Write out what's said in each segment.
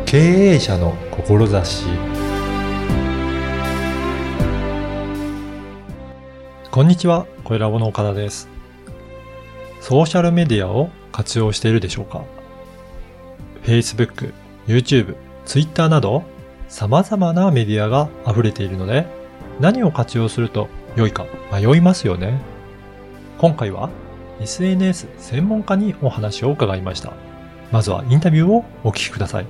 経営者の志。こんにちは、声ラボの岡田です。ソーシャルメディアを活用しているでしょうか？ Facebook、YouTube、Twitter など様々なメディアが溢れているので、何を活用すると良いか迷いますよね。今回は SNS 専門家にお話を伺いました。まずはインタビューをお聞きください。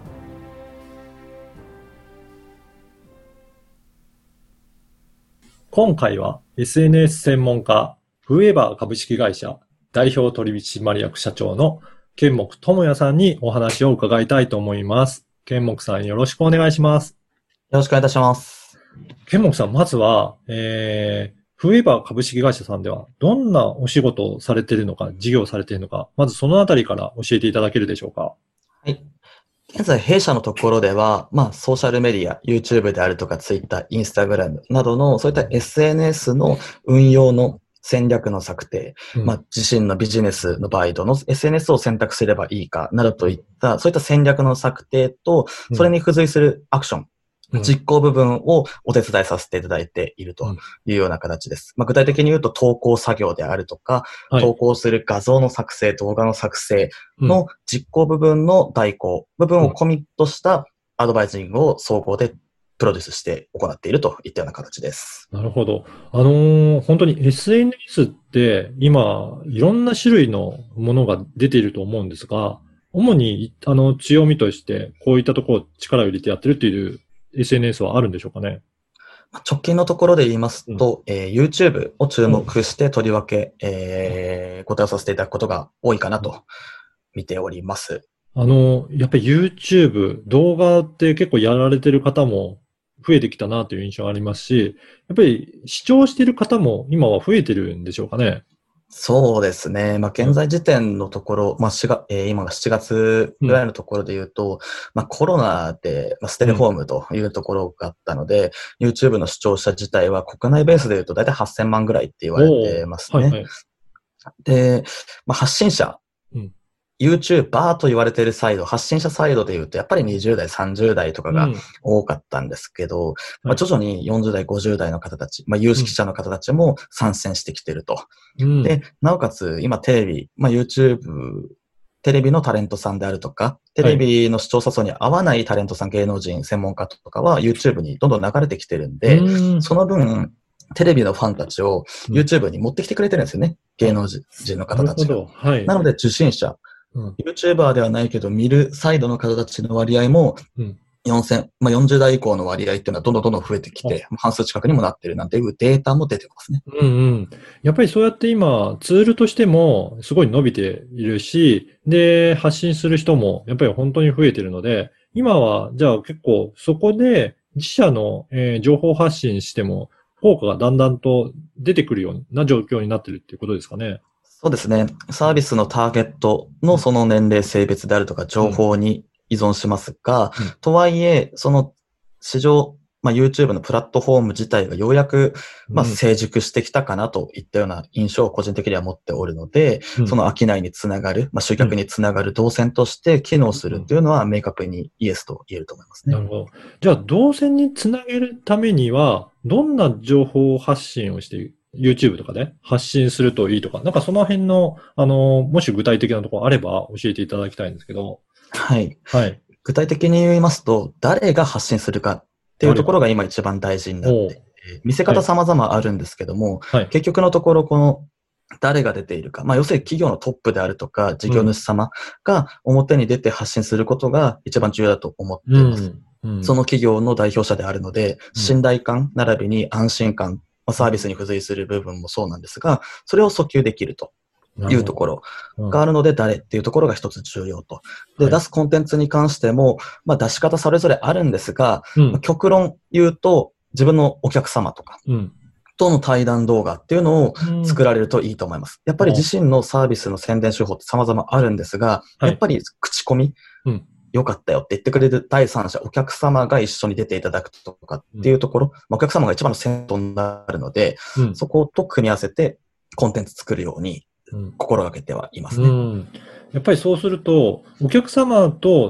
今回は SNS 専門家、フーエバー株式会社代表取締役社長のケンモク智也さんにお話を伺いたいと思います。ケンモクさんよろしくお願いします。 よろしくお願いいたします。 ケンモクさん、まずは、フーエバー株式会社さんではどんなお仕事をされているのか、事業をされているのか、まずそのあたりから教えていただけるでしょうか。 はい。現在、弊社のところでは、ソーシャルメディア、YouTube であるとか、Twitter、Instagram などの、そういった SNS の運用の戦略の策定、自身のビジネスの場合、どの SNS を選択すればいいか、などといった、そういった戦略の策定と、それに付随するアクション、実行部分をお手伝いさせていただいているというような形です。具体的に言うと投稿作業であるとか、投稿する画像の作成、動画の作成の実行部分の代行部分をコミットしたアドバイジングを総合でプロデュースして行っているといったような形です。 なるほど。本当に SNS って今いろんな種類のものが出ていると思うんですが、主に強みとしてこういったところを力を入れてやってるっていうSNS はあるんでしょうかね。 直近のところで言いますと、YouTube を注目してとりわけ、ご対応させていただくことが多いかなと見ております。 やっぱり YouTube 動画って結構やられてる方も増えてきたなという印象がありますし、やっぱり視聴している方も今は増えてるんでしょうかね。 そうですね。現在時点のところ、今が7月ぐらいのところで言うと、コロナでステイホームというところがあったので、YouTube の視聴者自体は国内ベースで言うと大体8000万ぐらいって言われてますね。で、発信者、YouTuber と言われているサイド、発信者サイドで言うと、やっぱり20代、30代とかが多かったんですけど、徐々に40代、50代の方たち、有識者の方たちも参戦してきていると。で、なおかつ、今テレビ、YouTube、テレビのタレントさんであるとか、テレビの視聴者層に合わないタレントさん、芸能人、専門家とかは YouTube にどんどん流れてきてるんで、その分、テレビのファンたちを YouTube に持ってきてくれてるんですよね。芸能人の方たちが。なので、受信者、YouTuber ではないけど、見るサイドの方たちの割合も、40代以降の割合っていうのはどんどん増えてきて、半数近くにもなってるなんていうデータも出てますね。 やっぱりそうやって今、ツールとしてもすごい伸びているし、で、発信する人もやっぱり本当に増えてるので、今は、じゃあ結構そこで自社の、情報発信しても、効果がだんだんと出てくるような状況になってるっていうことですかね。 そうですね。サービスのターゲットのその年齢、性別であるとか情報に依存しますが、とはいえ、その市場、YouTube のプラットフォーム自体がようやく、成熟してきたかなといったような印象を個人的には持っておるので、その商いにつながる、集客につながる動線として機能するというのは明確にイエスと言えると思いますね。 なるほど。じゃあ、動線につなげるためには、どんな情報発信をしてYouTube とかで発信するといいとか、なんかその辺の、もし具体的なところあれば教えていただきたいんですけど。 はい。具体的に言いますと、誰が発信するかっていうところが今一番大事になって、見せ方様々あるんですけども、結局のところこの誰が出ているか、要するに企業のトップであるとか、事業主様が表に出て発信することが一番重要だと思っています。その企業の代表者であるので、信頼感並びに安心感、サービスに付随する部分もそうなんですが、それを訴求できるというところがあるので、誰っていうところが一つ重要と。で、出すコンテンツに関しても、出し方それぞれあるんですが、極論言うと、自分のお客様とか、との対談動画っていうのを作られるといいと思います。やっぱり自身のサービスの宣伝手法って様々あるんですが、やっぱり口コミ、良かったよって言ってくれる第三者、お客様が一緒に出ていただくとかっていうところ、お客様が一番の先頭になるので、そこと組み合わせてコンテンツ作るように心がけてはいますね。 やっぱりそうすると、お客様と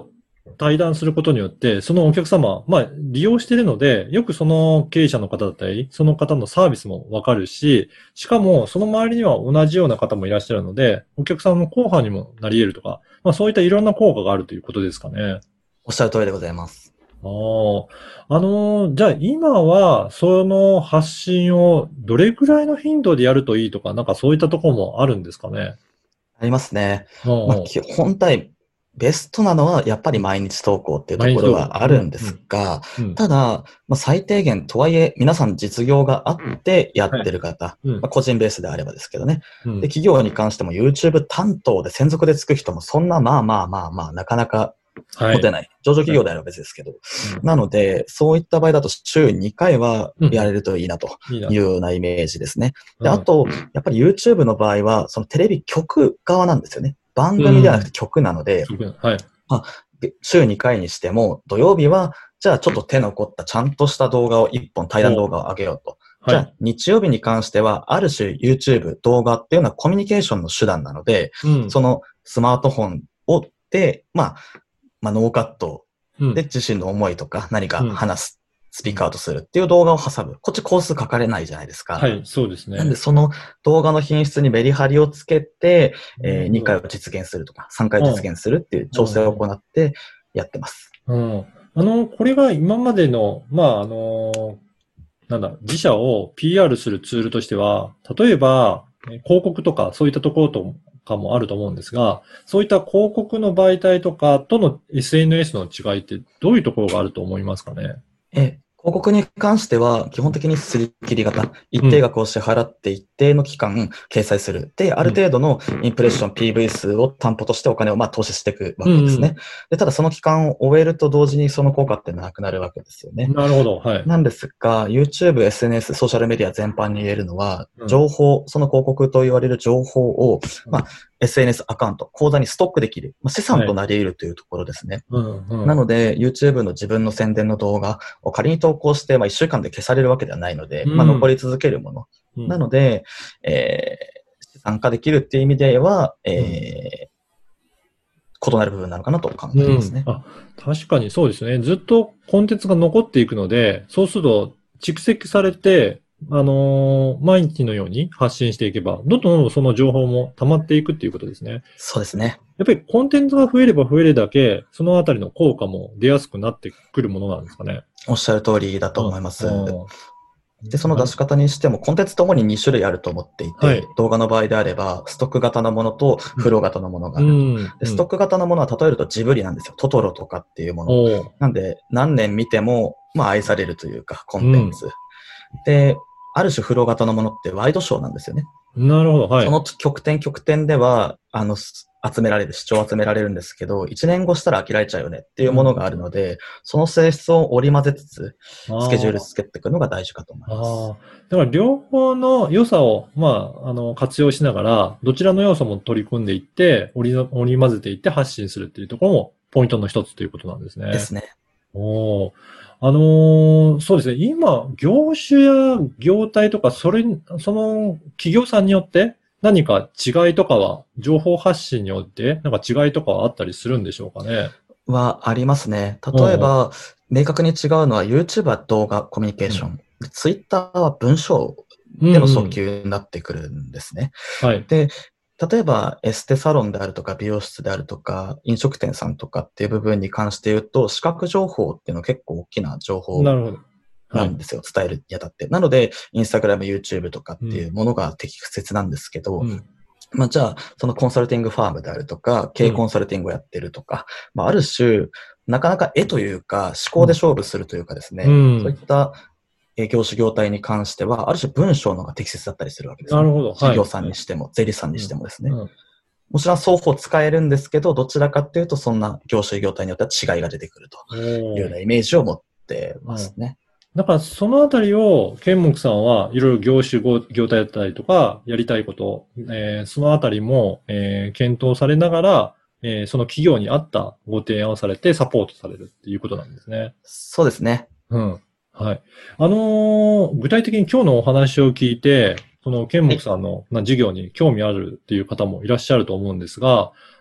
対談することによって、そのお客様、まあ、利用しているので、よくその経営者の方だったり、その方のサービスもわかるし、しかも、その周りには同じような方もいらっしゃるので、お客さんの候補にもなり得るとか、まあ、そういったいろんな効果があるということですかね。 おっしゃる通りでございます。 あじゃあ今は、その発信をどれくらいの頻度でやるといいとか、なんかそういったところもあるんですかね。 ありますね。まあ、 うんうん。 本体、ベストなのはやっぱり毎日投稿っていうところ毎日投稿。 はあるんですが、 うん。 ただ、まあ、最低限とはいえ皆さん実業があってやっはい。 てる方、 うん。 まあ、個人ベースであればですけどね。で、 うん。 企業に関しても YouTube 担当で専属でつく人もそんなまあなかなかはい。 持てない。上場企はい。 業であれば別ですけど。 うん。 なので、そういった場合だと週2回はうん。 やれるといいなといいなと。 いうようなイメージですね。で、あうん。 と、やっぱり YouTube の場合は、そのテレビ局側なんですよね。番組ではなくてうん。 曲なので、 はい。 まあ、週2回にしても、土曜日は、じゃあちょっと手の凝ったちゃんとした動画を1本対談動画を上げようと。 はい。 じゃあ日曜日に関しては、ある種 YouTube 動画っていうのはコミュニケーションの手段なので、 うん。 そのスマートフォンをで、ノーカットうん。 で自身の思いとか何かうん。 話す、スうん。 ピークアウトするっていう動画を挟む。こっち工数かかれないじゃないですか。 はい。そうですなんで、 ね。 その動画の品質にメリハリをつけて、2回なるほど。 を実現するとか、3回実うん。 現するっていう調整を行うん。 ってやってます。 うん。これが今までの、まあ、自社を PR するツールとしては、例えば、広告とかそういったところとかもあると思うんですが、そういった広告の媒体とかとの SNS の違いってどういうところがあると思いますかね。 広告に関しては、基本的に擦り切り型。一定うん。 額を支払って一定の期間掲載する。で、あうん。 る程度のインプレッション PV 数を担保としてお金を投資していくわうん。 けですね。で、ただその期間を終えると同時にその効果ってなくなるわけですよね。 なるほど。はい。 なんですが、YouTube、SNS、ソーシャルメディア全般に言えるのは、 うん。 情報、その広告と言われる情報を、SNS アカウント、口座にストックできる、資産はい。 となり得るというところですね。 うん。うん。 なので、YouTube の自分の宣伝の動画を仮に投稿して、1週間で消されるわけではないので、 うん。 残り続けるもの。 うん。 なので、参加できるっていう意味では、 うん。 異なる部分なのかなと考うん。 えますね。 確かにそうですね。ずっとコンテンツが残っていくので、そうすると蓄積されて、毎日のように発信していけば、どんどんその情報も溜まっていくっていうことですね。 そうですね。 やっぱりコンテンツが増えれば増えるだけ、そのあたりの効果も出やすくなってくるものなんですかね。 おっしゃる通りだとうん。 思います。 うん。 で、そのなる出し方にしても、コンテンツともに2種類あると思っていはい。 て、動画の場合であれば、ストック型のものとフロー型のものがうあると。 ん。 で、 うん。 ストック型のものは例えるとジブリなんですよ。トトロとかっていうもの。 おー。 なんで、何年見ても、愛されるというか、コンうん。 テンツ。で、ある種フロー型のものってワイドショーなんですよね。 なるほど。はい。 その極点では、集められる、視聴を集められるんですけど、1年後したら飽きられちゃうよねっていうものがあるので、その性質を織り交ぜつつ、スケジュールああ。 つけていくのが大事かと思います。 ああ。だから両方の良さを、活用しながら、どちらの要素も取り込んでいって、織り交ぜていって発信するっていうところもポイントの一つということなんですね。 ですね。 おー。そうですね。今、業種や業態とか、その企業さんによって何か違いとかは、情報発信によってなんか違いとかはあったりするんでしょうかね。 はありますね。 うんうん。 例えば、明確に違うのは YouTube は動画コミュニケーション。Twitter は文章うんでのうん。 訴求になってくるんですね。 はい。 で、例えばエステサロンであるとか美容室であるとか飲食店さんとかっていう部分に関して言うと視覚情報っていうのは結構大きな情報なるほど。はい。 なんですよ。伝えるにあたって。なので、インスタグラム、YouTube とかっうん。 ていうものが適切なんですけど、 うん。 じゃあ、そのコンサルティングファームであるとか、経営コうん。 ンサルティングをやってるとか、ある種、なかなか絵というか、思うん。 考で勝負するというかですうね、そういっん。 た業種業態に関しては、ある種文章の方が適切だったりするわけですね。 なるほど。はい。 事業さんはい。 にしても、税理士さんにうん。 してもですね。 うん。 もちろん双方使えるんですけど、どちらかっていうと、そんな業種業態によっては違いが出てくるというようおー。 なイメージを持ってうん。 ますね。 だから、そのあたりを、ケンモクさんはいろいろ業態だったりとか、やりたいこと、そのあたりも、検討されながら、その企業に合ったご提案をされてサポートされるっていうことなんですね。 そうですね。 うん。はい。具体的に今日のお話を聞いて、その、ケンはい。 モクさんの、事業に興味あるっていう方もいらっしゃると思うんですが、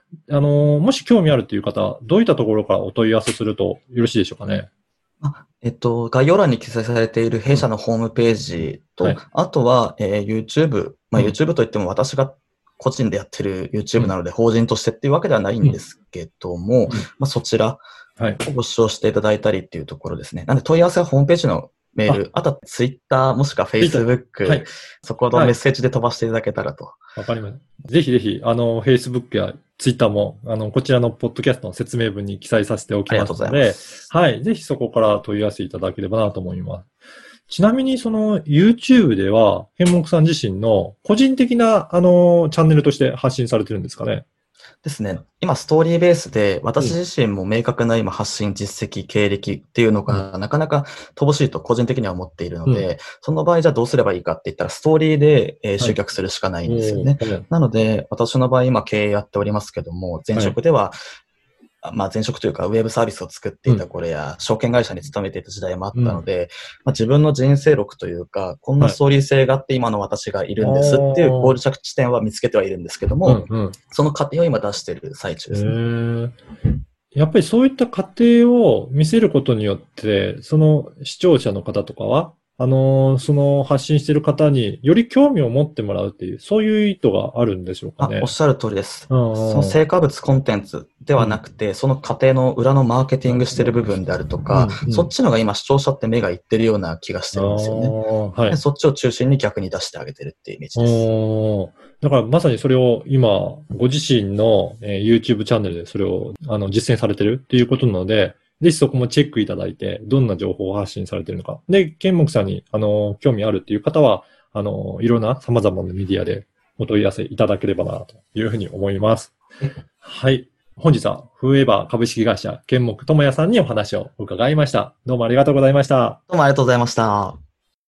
もし興味あるという方、どういったところからお問い合わせするとよろしいでしょうかね。 概要欄に記載されている弊社のホームページと、 はい。 あとは、YouTube。 うん YouTube といっても私が個人でやってる YouTube なので、法人としてっていうわけではないんですけども、そちらはい。 をご視聴していただいたりっていうところですね。なんで問い合わせはホームページのメール、あとは Twitter もしくは Facebook、 はい。 そこのメッセージで飛ばしていただけたらと。 わかります。ぜひぜひ、Facebook や Twitter も、こちらのポッドキャストの説明文に記載させておきありがとうございまますので、 す。 はい。ぜひそこから問い合わせいただければなと思います。ちなみに、YouTube では、ケンモクさん自身の個人的な、チャンネルとして発信されてるんですかね。 ですね。今、ストーリーベースで、私自身も明確な今発信実績、経歴っていうのが、なかなか乏しいと個人的には思っているので、その場合じゃあどうすればいいかって言ったら、ストーリーで集客するしかないんですよね。なので、私の場合今経営やっておりますけども、前職では、前職というかウェブサービスを作っていた頃や、証券会社に勤めていた時代もあったので、自分の人生録というか、こんなストーリー性があって今の私がいるんですっていうゴール着地点は見つけてはいるんですけども、その過程を今出している最中ですね。 やっぱりそういった過程を見せることによって、その視聴者の方とかは、その発信している方により興味を持ってもらうっていう、そういう意図があるんでしょうかね。 おっしゃる通りです。その成果物コンテンツではなくて、その過程の裏のマーケティングしている部分であるとか、そっちのが今視聴者って目がいってるような気がしてるんですよね。そっちを中心に逆に出してあげてるっていうイメージです。 だからまさにそれを今、ご自身の YouTube チャンネルでそれを実践されてるっていうことなので、ぜひそこもチェックいただいて、どんな情報を発信されているのか。で、ケンモクさんに、興味あるっていう方は、いろんな様々なメディアでお問い合わせいただければな、というふうに思います。はい。本日は、フーエバー株式会社、ケンモク智也さんにお話を伺いました。どうもありがとうございました。 どうもありがとうございました。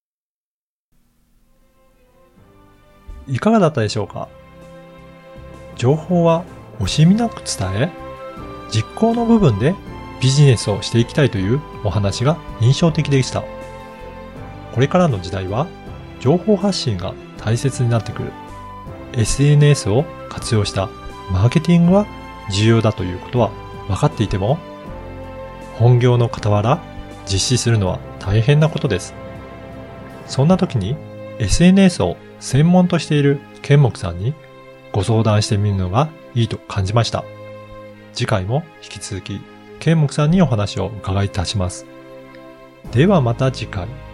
いかがだったでしょうか。情報は惜しみなく伝え、実行の部分でビジネスをしていきたいというお話が印象的でした。これからの時代は情報発信が大切になってくる。SNS を活用したマーケティングは重要だということは分かっていても、本業の傍ら実施するのは大変なことです。そんな時に SNS を専門としているケンモクさんにご相談してみるのがいいと感じました。次回も引き続きケンモクさんにお話を伺いいたします。ではまた次回。